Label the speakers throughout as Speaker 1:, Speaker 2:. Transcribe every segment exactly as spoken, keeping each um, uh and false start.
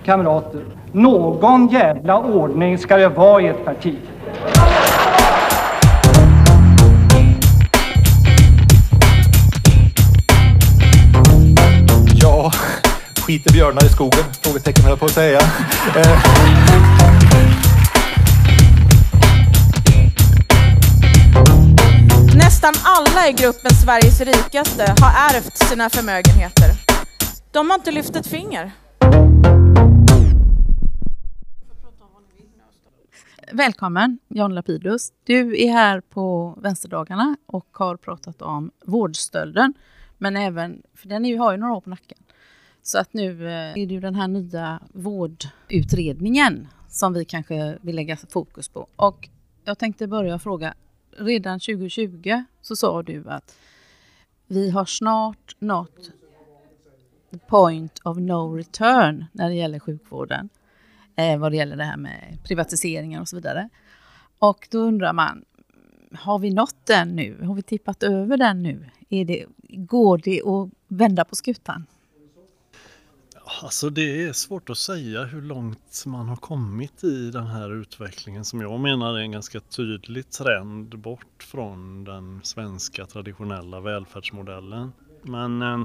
Speaker 1: Kamrater, någon jävla ordning ska det vara i ett parti.
Speaker 2: Ja, skiter björnar i skogen? Frågetecken höll jag på att säga.
Speaker 3: Nästan alla i gruppen Sveriges rikaste har ärvt sina förmögenheter. De har inte lyft ett finger.
Speaker 4: Välkommen Jan Lapidus. Du är här på Vänsterdagarna och har pratat om vårdstölden. Men även, för den är ju, har ju några år på nacken. Så att nu är det ju den här nya vårdutredningen som vi kanske vill lägga fokus på. Och jag tänkte börja fråga, redan tjugo tjugo så sa du att vi har snart nått the point of no return när det gäller sjukvården. Eh, vad det gäller det här med privatiseringar och så vidare. Och då undrar man, har vi nått den nu? Har vi tippat över den nu? Är det, går det att vända på skutan?
Speaker 5: Alltså det är svårt att säga hur långt man har kommit i den här utvecklingen som jag menar är en ganska tydlig trend bort från den svenska traditionella välfärdsmodellen. Men eh,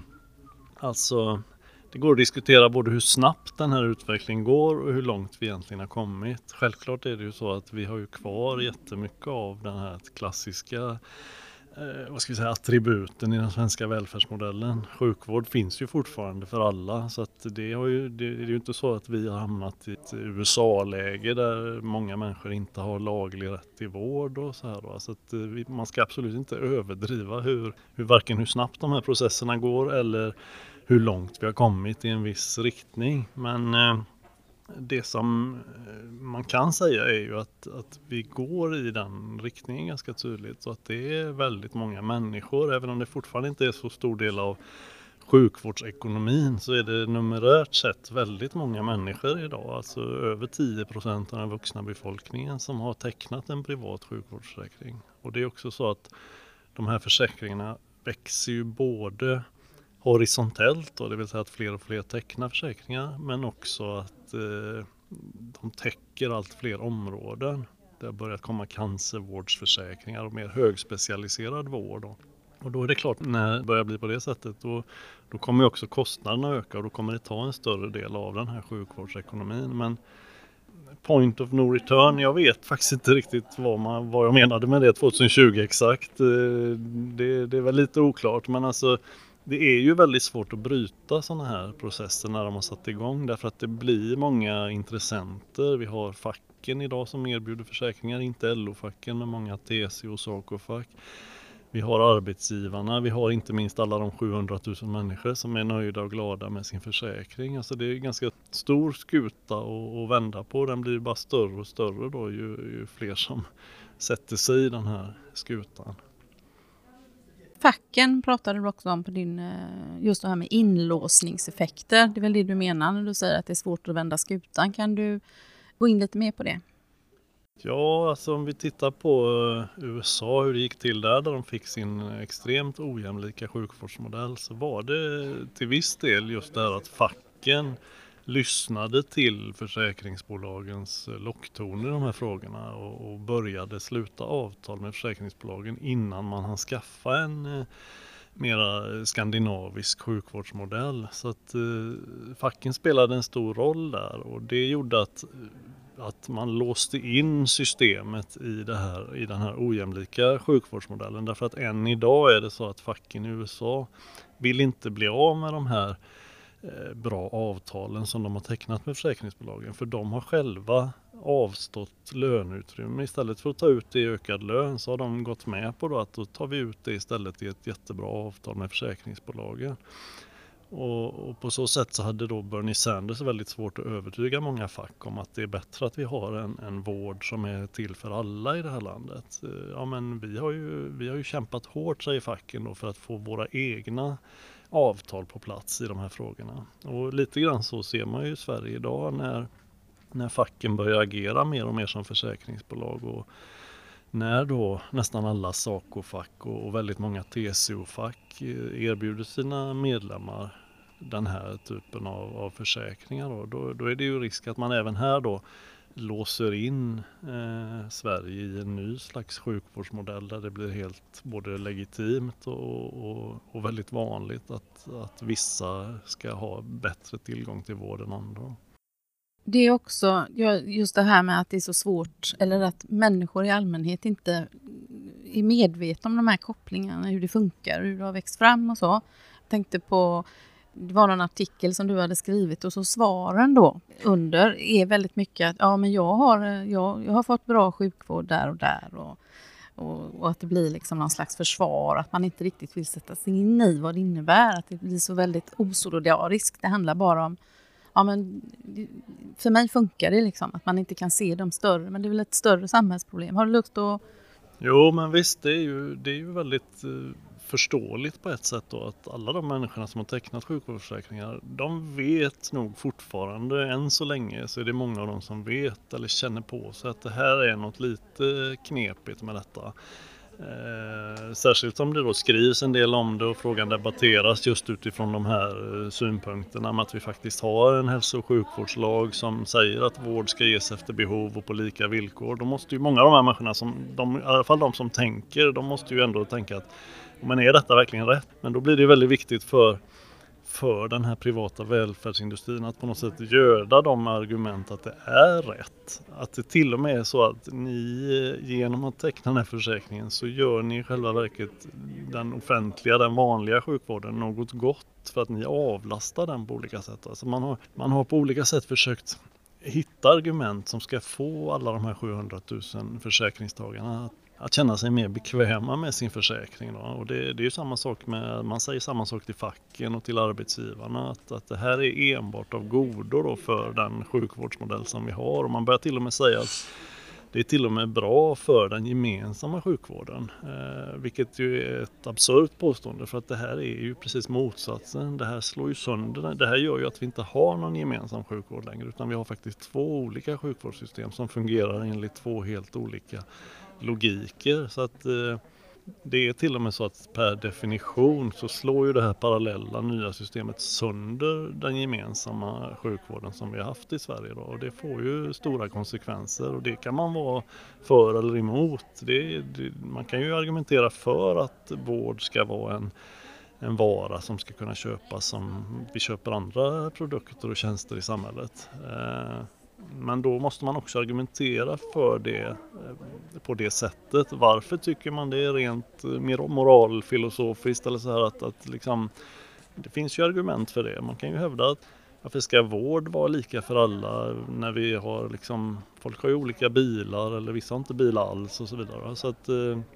Speaker 5: alltså det går att diskutera både hur snabbt den här utvecklingen går och hur långt vi egentligen har kommit. Självklart är det ju så att vi har ju kvar jättemycket av den här klassiska eh, vad ska vi säga, attributen i den svenska välfärdsmodellen. Sjukvård finns ju fortfarande för alla, så att det, har ju, det är ju inte så att vi har hamnat i ett U S A-läge där många människor inte har laglig rätt till vård och så här. Så att vi, man ska absolut inte överdriva hur, hur varken hur snabbt de här processerna går eller hur långt vi har kommit i en viss riktning. Men eh, det som man kan säga är ju att, att vi går i den riktningen ganska tydligt. Så att det är väldigt många människor, även om det fortfarande inte är så stor del av sjukvårdsekonomin, så är det numerärt sett väldigt många människor idag. Alltså över tio procent av den vuxna befolkningen som har tecknat en privat sjukvårdsförsäkring. Och det är också så att de här försäkringarna växer ju både horisontellt, då, det vill säga att fler och fler tecknar försäkringar, men också att eh, de täcker allt fler områden. Det har börjat komma cancervårdsförsäkringar och mer högspecialiserad vård. Då. Och då är det klart, när det börjar bli på det sättet, då, då kommer också kostnaderna öka och då kommer det ta en större del av den här sjukvårdsekonomin. Men point of no return, jag vet faktiskt inte riktigt vad, man, vad jag menade med det tjugohundratjugo exakt. Det, det är väl lite oklart, men alltså det är ju väldigt svårt att bryta sådana här processer när de har satt igång, därför att det blir många intressenter. Vi har facken idag som erbjuder försäkringar, inte L O-facken men många T C O och SACO-fack. Vi har arbetsgivarna, vi har inte minst alla de sjuhundratusen människor som är nöjda och glada med sin försäkring. Alltså det är en ganska stor skuta att vända på, den blir bara större och större då ju, ju fler som sätter sig i den här skutan.
Speaker 4: Facken pratade du också om på din, just det här med inlåsningseffekter. Det är väl det du menar när du säger att det är svårt att vända skutan. Kan du gå in lite mer på det?
Speaker 5: Ja, alltså om vi tittar på U S A, hur det gick till där, där de fick sin extremt ojämlika sjukvårdsmodell, så var det till viss del just det här att facken lyssnade till försäkringsbolagens locktoner i de här frågorna och, och började sluta avtal med försäkringsbolagen innan man hann skaffa en eh, mera skandinavisk sjukvårdsmodell. Så att eh, facken spelade en stor roll där, och det gjorde att, att man låste in systemet i, det här, i den här ojämlika sjukvårdsmodellen. Därför att än idag är det så att facken i U S A vill inte bli av med de här bra avtalen som de har tecknat med försäkringsbolagen, för de har själva avstått löneutrymme. Istället för att ta ut det i ökad lön så har de gått med på då att då tar vi ut det istället i ett jättebra avtal med försäkringsbolagen. Och, och på så sätt så hade då Bernie Sanders väldigt svårt att övertyga många fack om att det är bättre att vi har en, en vård som är till för alla i det här landet. Ja, men vi har ju, vi har ju kämpat hårt, säger facken då, för att få våra egna avtal på plats i de här frågorna. Och lite grann så ser man ju i Sverige idag när, när facken börjar agera mer och mer som försäkringsbolag, och när då nästan alla SACO-fack och väldigt många T C O-fack erbjuder sina medlemmar den här typen av, av försäkringar. Då. Då, då är det ju risk att man även här då låser in eh, Sverige i en ny slags sjukvårdsmodell där det blir helt både legitimt och, och, och väldigt vanligt att, att vissa ska ha bättre tillgång till vård än andra.
Speaker 4: Det är också just det här med att det är så svårt, eller att människor i allmänhet inte är medvetna om de här kopplingarna, hur det funkar, hur det har växt fram och så. Jag tänkte på, det var någon artikel som du hade skrivit och så svaren då under är väldigt mycket att ja, men jag har, jag, jag har fått bra sjukvård där och där och, och, och att det blir liksom någon slags försvar, att man inte riktigt vill sätta sig in i vad det innebär, att det blir så väldigt osolidariskt. Det handlar bara om, ja men för mig funkar det liksom, att man inte kan se de större, men det är väl ett större samhällsproblem. Har du lust att...
Speaker 5: Jo, men visst, det är ju, det är ju väldigt eh, förståeligt på ett sätt då att alla de människorna som har tecknat sjukvårdsförsäkringar, de vet nog fortfarande, än så länge så är det många av dem som vet eller känner på sig att det här är något lite knepigt med detta. Eh, särskilt om det då skrivs en del om det och frågan debatteras just utifrån de här eh, synpunkterna med att vi faktiskt har en hälso- och sjukvårdslag som säger att vård ska ges efter behov och på lika villkor. Då måste ju många av de här människorna, som, de, i alla fall de som tänker, de måste ju ändå tänka att men är detta verkligen rätt? Men då blir det väldigt viktigt för för den här privata välfärdsindustrin att på något sätt göra de argument att det är rätt. Att det till och med är så att ni genom att teckna den här försäkringen så gör ni i själva verket den offentliga, den vanliga sjukvården något gott för att ni avlastar den på olika sätt. Alltså man har, man har på olika sätt försökt hitta argument som ska få alla de här sjuhundratusen försäkringstagarna att Att känna sig mer bekväma med sin försäkring. Då. Och det, det är ju samma sak med, man säger samma sak till facken och till arbetsgivarna. Att, att det här är enbart av godo då för den sjukvårdsmodell som vi har. Och man börjar till och med säga att det är till och med bra för den gemensamma sjukvården. Eh, vilket ju är ett absurt påstående för att det här är ju precis motsatsen. Det här slår ju sönder. Det här gör ju att vi inte har någon gemensam sjukvård längre. Utan vi har faktiskt två olika sjukvårdssystem som fungerar enligt två helt olika logiker. Så att eh, det är till och med så att per definition så slår ju det här parallella nya systemet sönder den gemensamma sjukvården som vi har haft i Sverige då. Och det får ju stora konsekvenser och det kan man vara för eller emot. Det, det, man kan ju argumentera för att vård ska vara en, en vara som ska kunna köpas som vi köper andra produkter och tjänster i samhället. Eh, Men då måste man också argumentera för det på det sättet. Varför tycker man det är rent moralfilosofiskt eller så här att, att liksom, det finns ju argument för det. Man kan ju hävda att varför ska vård vara lika för alla när vi har liksom, folk har ju olika bilar eller vissa har inte bilar alls och så vidare. Så att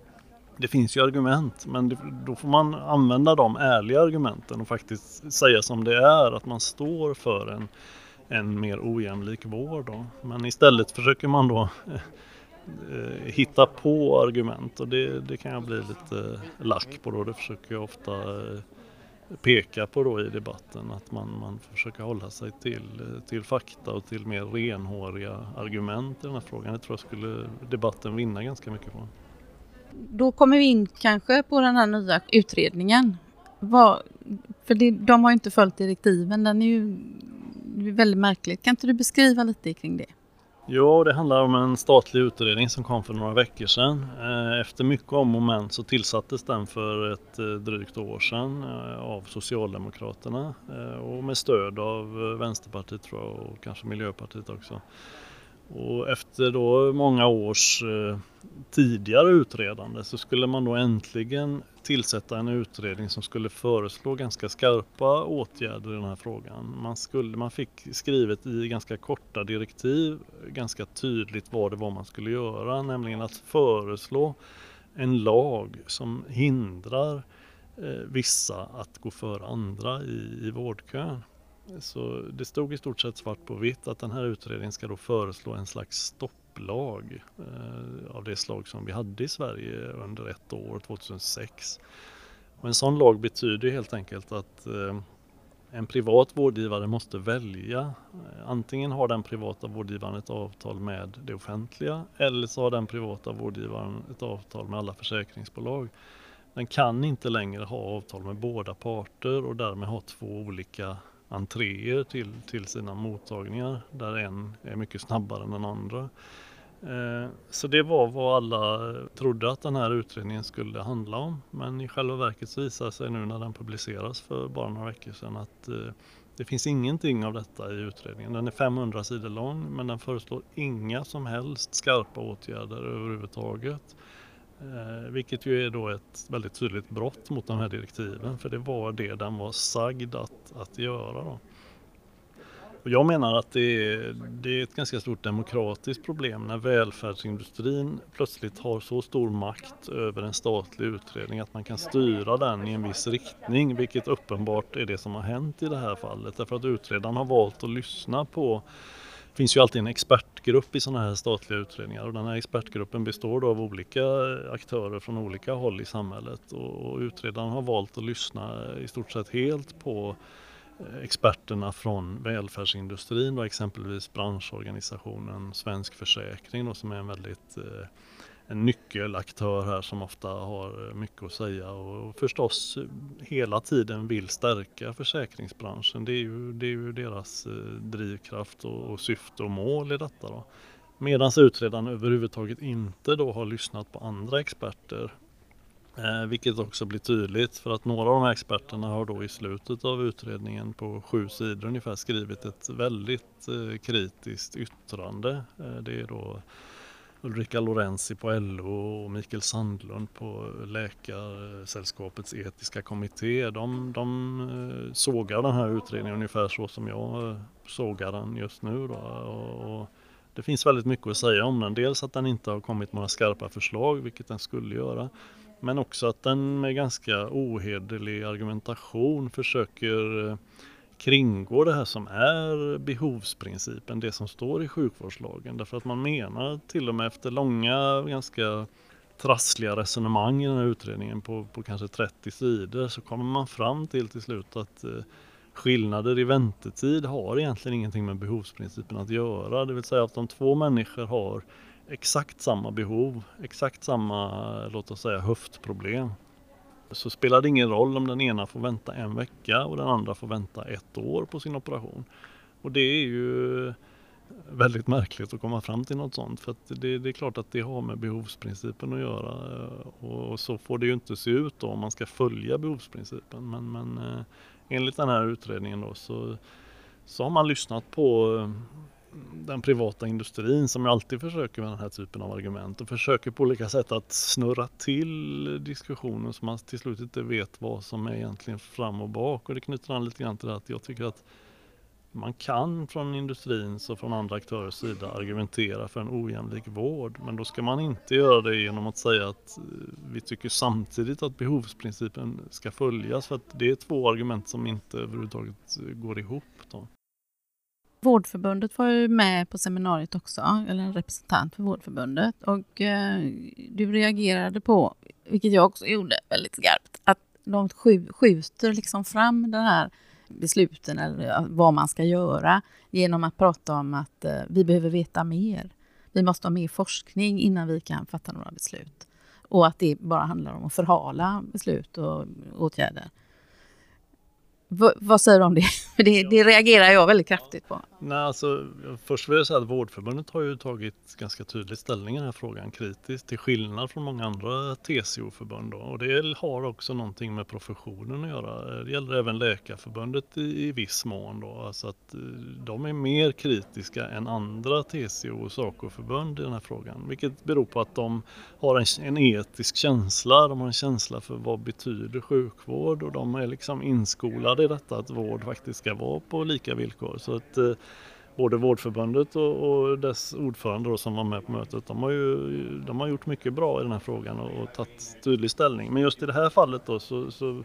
Speaker 5: det finns ju argument, men det, då får man använda de ärliga argumenten och faktiskt säga som det är, att man står för en en mer ojämlik vård då. Men istället försöker man då eh, hitta på argument och det, det kan jag bli lite lack på då. Det försöker jag ofta eh, peka på då i debatten, att man, man försöker hålla sig till, till fakta och till mer renhåriga argument i den här frågan. Jag tror jag skulle debatten vinna ganska mycket på.
Speaker 4: Då kommer vi in kanske på den här nya utredningen. Vad, för det, de har ju inte följt direktiven, den är ju det är väldigt märkligt. Kan inte du beskriva lite kring det?
Speaker 5: Jo, det handlar om en statlig utredning som kom för några veckor sedan. Efter mycket om och men så tillsattes den för ett drygt år sedan av Socialdemokraterna och med stöd av Vänsterpartiet tror jag, och kanske Miljöpartiet också. Och efter då många års eh, tidigare utredande så skulle man då äntligen tillsätta en utredning som skulle föreslå ganska skarpa åtgärder i den här frågan. Man, skulle, man fick skrivet i ganska korta direktiv ganska tydligt vad det var man skulle göra, nämligen att föreslå en lag som hindrar eh, vissa att gå före andra i, i vårdkön. Så det stod i stort sett svart på vitt att den här utredningen ska då föreslå en slags stopplag eh, av det slag som vi hade i Sverige under ett år, tjugohundrasex. Och en sån lag betyder helt enkelt att eh, en privat vårdgivare måste välja. Eh, antingen har den privata vårdgivaren ett avtal med det offentliga eller så har den privata vårdgivaren ett avtal med alla försäkringsbolag. Den kan inte längre ha avtal med båda parter och därmed ha två olika entréer till, till sina mottagningar där en är mycket snabbare än den andra. Eh, så det var vad alla trodde att den här utredningen skulle handla om. Men i själva verket så visar sig nu när den publiceras för bara några veckor sedan att eh, det finns ingenting av detta i utredningen. Den är femhundra sidor lång men den föreslår inga som helst skarpa åtgärder överhuvudtaget. Eh, vilket ju är då ett väldigt tydligt brott mot de här direktiven, för det var det den var sagd att, att göra då. Och jag menar att det är, det är ett ganska stort demokratiskt problem när välfärdsindustrin plötsligt har så stor makt över en statlig utredning att man kan styra den i en viss riktning, vilket uppenbart är det som har hänt i det här fallet. Därför att utredaren har valt att lyssna på. Det finns ju alltid en expertgrupp i sådana här statliga utredningar och den här expertgruppen består då av olika aktörer från olika håll i samhället och utredaren har valt att lyssna i stort sett helt på experterna från välfärdsindustrin och exempelvis branschorganisationen Svensk Försäkring då, som är en väldigt en nyckelaktör här som ofta har mycket att säga och förstås hela tiden vill stärka försäkringsbranschen. Det är ju, det är ju deras drivkraft och, och syfte och mål i detta då. Medan utredaren överhuvudtaget inte då har lyssnat på andra experter. Eh, vilket också blir tydligt för att några av de här experterna har då i slutet av utredningen på sju sidor ungefär skrivit ett väldigt eh, kritiskt yttrande. Eh, det är då Ulrika Lorenzi på L O och Mikael Sandlund på Läkarsällskapets etiska kommitté. De, de eh, sågar den här utredningen ungefär så som jag eh, sågar den just nu då. Och, och det finns väldigt mycket att säga om den. Dels att den inte har kommit några skarpa förslag, vilket den skulle göra. Men också att den med ganska ohederlig argumentation försöker kringgå det här som är behovsprincipen, det som står i sjukvårdslagen. Därför att man menar till och med efter långa, ganska trassliga resonemang i den här utredningen på, på kanske trettio sidor så kommer man fram till till slut att eh, skillnader i väntetid har egentligen ingenting med behovsprincipen att göra. Det vill säga att om två människor har exakt samma behov, exakt samma, låt oss säga, höftproblem, så spelar det ingen roll om den ena får vänta en vecka och den andra får vänta ett år på sin operation. Och det är ju väldigt märkligt att komma fram till något sånt, för att det, det är klart att det har med behovsprincipen att göra och så får det ju inte se ut då om man ska följa behovsprincipen. Men, men enligt den här utredningen då så, så har man lyssnat på den privata industrin som alltid försöker med den här typen av argument och försöker på olika sätt att snurra till diskussionen så man till slut inte vet vad som är egentligen fram och bak. Och det knyter an lite grann till det att jag tycker att man kan från industrins och från andra aktörers sida argumentera för en ojämlik vård, men då ska man inte göra det genom att säga att vi tycker samtidigt att behovsprincipen ska följas, för att det är två argument som inte överhuvudtaget går ihop då.
Speaker 4: Vårdförbundet var ju med på seminariet också, eller en representant för Vårdförbundet. Och eh, du reagerade på, vilket jag också gjorde väldigt skarpt, att de skjuter liksom fram den här besluten eller vad man ska göra genom att prata om att eh, vi behöver veta mer. Vi måste ha mer forskning innan vi kan fatta några beslut. Och att det bara handlar om att förhala beslut och åtgärder. V- vad säger du om det? För det, det reagerar jag väldigt kraftigt på.
Speaker 5: Nej, alltså, först vill jag säga att Vårdförbundet har ju tagit ganska tydlig ställning i den här frågan kritiskt, till skillnad från många andra T C O-förbund då. Och det har också någonting med professionen att göra. Det gäller även Läkarförbundet i, i viss mån då. Alltså att de är mer kritiska än andra T C O- och SACO-förbund i den här frågan. Vilket beror på att de har en, en etisk känsla. De har en känsla för vad betyder sjukvård och de är liksom inskolade i detta att vård faktiskt ska vara på lika villkor. Så att eh, både Vårdförbundet och, och dess ordförande då, som var med på mötet, de har ju de har gjort mycket bra i den här frågan och, och tagit tydlig ställning. Men just i det här fallet då så, så,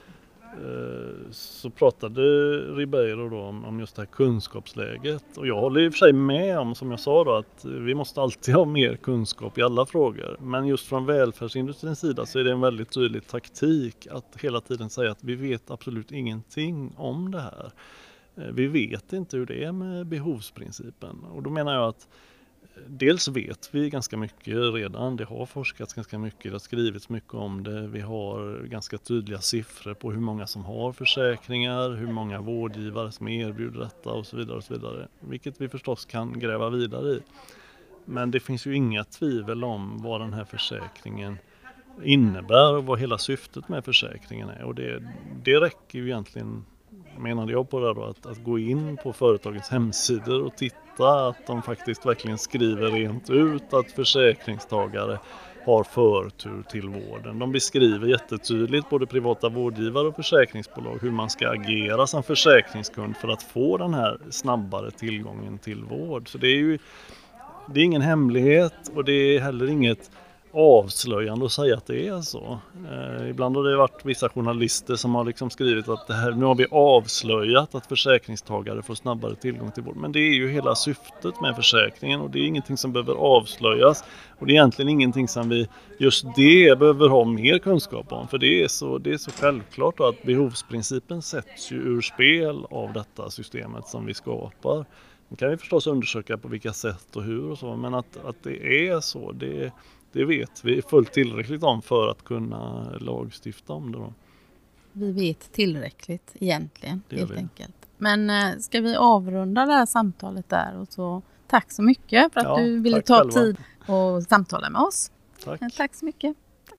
Speaker 5: eh, så pratade Ribeiro då om, om just det här kunskapsläget. Och jag håller i och för sig med om, som jag sa då, att vi måste alltid ha mer kunskap i alla frågor. Men just från välfärdsindustrins sida så är det en väldigt tydlig taktik att hela tiden säga att vi vet absolut ingenting om det här. Vi vet inte hur det är med behovsprincipen. Och då menar jag att dels vet vi ganska mycket redan. Det har forskats ganska mycket, det har skrivits mycket om det. Vi har ganska tydliga siffror på hur många som har försäkringar, hur många vårdgivare som erbjuder detta och så vidare och så vidare. Vilket vi förstås kan gräva vidare i. Men det finns ju inga tvivel om vad den här försäkringen innebär och vad hela syftet med försäkringen är. Och det, det räcker ju egentligen, menade jag på det då, att, att gå in på företagens hemsidor och titta att de faktiskt verkligen skriver rent ut att försäkringstagare har förtur till vården. De beskriver jättetydligt, både privata vårdgivare och försäkringsbolag, hur man ska agera som försäkringskund för att få den här snabbare tillgången till vård. Så det är ju det är ingen hemlighet och det är heller inget avslöjande att säga att det är så. Eh, ibland har det varit vissa journalister som har liksom skrivit att det här, nu har vi avslöjat att försäkringstagare får snabbare tillgång till vård. Men det är ju hela syftet med försäkringen och det är ingenting som behöver avslöjas. Och det är egentligen ingenting som vi just det behöver ha mer kunskap om. För det är så, det är så självklart att behovsprincipen sätts ju ur spel av detta systemet som vi skapar. Nu kan vi förstås undersöka på vilka sätt och hur och så, men att, att det är så, det, det vet vi fullt tillräckligt om för att kunna lagstifta om det då.
Speaker 4: Vi vet tillräckligt egentligen,
Speaker 5: Det gör
Speaker 4: helt
Speaker 5: vi.
Speaker 4: enkelt. Men eh, ska vi avrunda det här samtalet där och så tack så mycket för att
Speaker 5: Ja,
Speaker 4: du ville
Speaker 5: tack
Speaker 4: ta
Speaker 5: själva.
Speaker 4: tid och samtala med oss.
Speaker 5: Tack.
Speaker 4: Eh, Tack så mycket.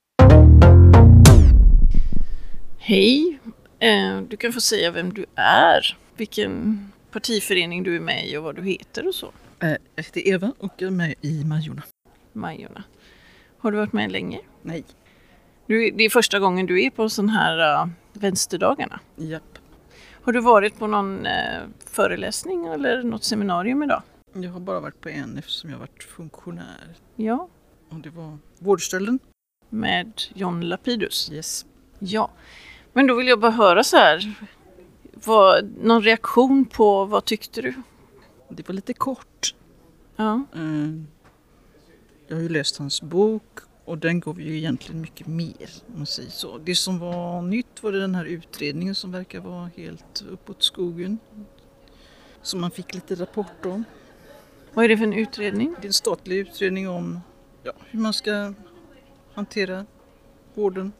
Speaker 6: Hej, eh, du kan få säga vem du är, vilken partiförening du är med i och vad du heter och så.
Speaker 7: Eh, Jag heter Eva och är med i Majorna.
Speaker 6: Majorna. Har du varit med länge?
Speaker 7: Nej.
Speaker 6: Du, det är första gången du är på sån här uh, vänsterdagarna.
Speaker 7: Japp.
Speaker 6: Har du varit på någon uh, föreläsning eller något seminarium idag?
Speaker 7: Jag har bara varit på en eftersom jag har varit funktionär.
Speaker 6: Ja,
Speaker 7: Och det var vårdstölden.
Speaker 6: med John Lapidus.
Speaker 7: Yes.
Speaker 6: Ja, men då vill jag bara höra så här. Vad, någon reaktion på vad tyckte du?
Speaker 7: Det var lite kort.
Speaker 6: Ja,
Speaker 7: Eh, Jag har ju läst hans bok och den gav ju egentligen mycket mer, om man säger så. Det som var nytt var det den här utredningen som verkar vara helt uppåt skogen. Som man fick lite rapport om.
Speaker 6: vad är det för en utredning?
Speaker 7: Det är en statlig utredning om ja, hur man ska hantera vården.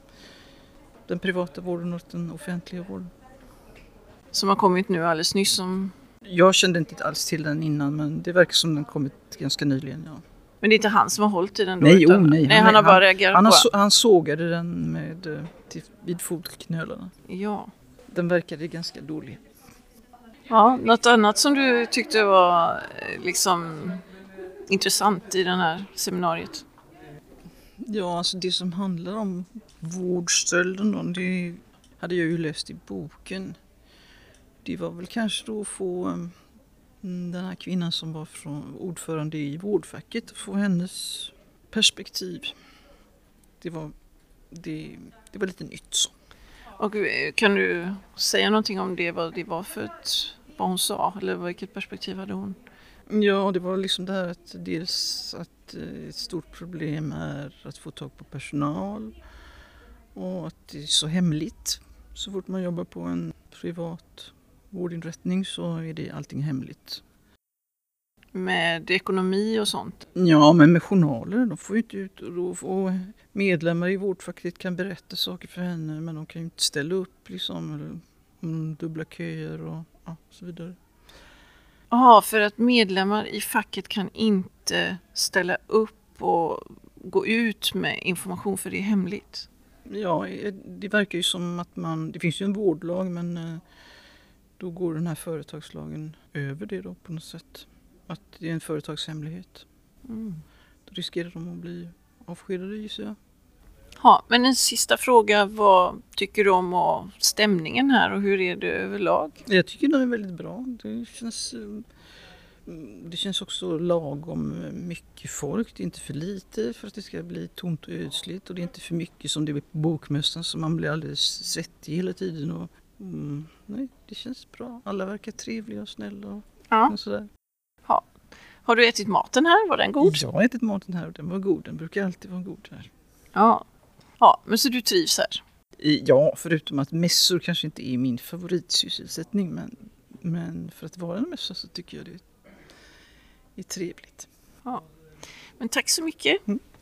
Speaker 7: Den privata vården och den offentliga vården.
Speaker 6: Som har kommit nu alldeles nyss som...
Speaker 7: Jag kände inte alls till den innan, men det verkar som den kommit ganska nyligen. Ja.
Speaker 6: Men det är inte han som har hållit i den då?
Speaker 7: Nej,
Speaker 6: utan,
Speaker 7: oh, nej.
Speaker 6: nej, han har bara reagerat
Speaker 7: han,
Speaker 6: på...
Speaker 7: har så, han sågade den med, eh, till, vid fotknölarna.
Speaker 6: Ja.
Speaker 7: Den verkade ganska dålig.
Speaker 6: Ja, något annat som du tyckte var eh, liksom intressant i den här seminariet?
Speaker 7: Ja, alltså det som handlar om vårdstölden då, det hade jag ju läst i boken. Det var väl kanske då att få um, den här kvinnan som var från ordförande i vårdfacket, få hennes perspektiv. Det var, det, det var lite nytt så.
Speaker 6: Och eh, kan du säga någonting om det, vad det var för ett, vad hon sa, eller vilket perspektiv hade hon?
Speaker 7: Ja, det var liksom det här att dels att eh, ett stort problem är att få tag på personal och att det är så hemligt. Så fort man jobbar på en privat vårdinrättning så är det allting hemligt.
Speaker 6: Med ekonomi och sånt?
Speaker 7: Ja, men med journaler, de får ju inte ut och då får medlemmar i vårdfacket kan berätta saker för henne, men de kan ju inte ställa upp liksom, eller om dubbla köer och ja, så vidare.
Speaker 6: Ja, för att medlemmar i facket kan inte ställa upp och gå ut med information för det är hemligt.
Speaker 7: Ja, det verkar ju som att man, det finns ju en vårdlag, men eh, då går den här företagslagen över det då på något sätt. Att det är en företagshemlighet.
Speaker 6: Mm.
Speaker 7: Då riskerar de att bli avskedade, gissar jag.
Speaker 6: Ja, men en sista fråga, vad tycker du om och stämningen här och hur är det överlag?
Speaker 7: Jag tycker den är väldigt bra. Det känns, eh, det känns också lagom mycket folk. Det är inte för lite för att det ska bli tomt och ödsligt. Och det är inte för mycket som det är på bokmässan så man blir alldeles svettig hela tiden. Och, mm, nej, det känns bra. Alla verkar trevliga och snälla och,
Speaker 6: Ja.
Speaker 7: och sådär.
Speaker 6: Har du ätit maten här? Var den god?
Speaker 7: Jag har ätit maten här och den var god. Den brukar alltid vara god här.
Speaker 6: Ja. Ja, men så du trivs här?
Speaker 7: Ja, förutom att mässor kanske inte är min favoritsysselsättning. Men, men för att vara en mässa så tycker jag det är trevligt.
Speaker 6: Ja. Men tack så mycket.
Speaker 7: Mm.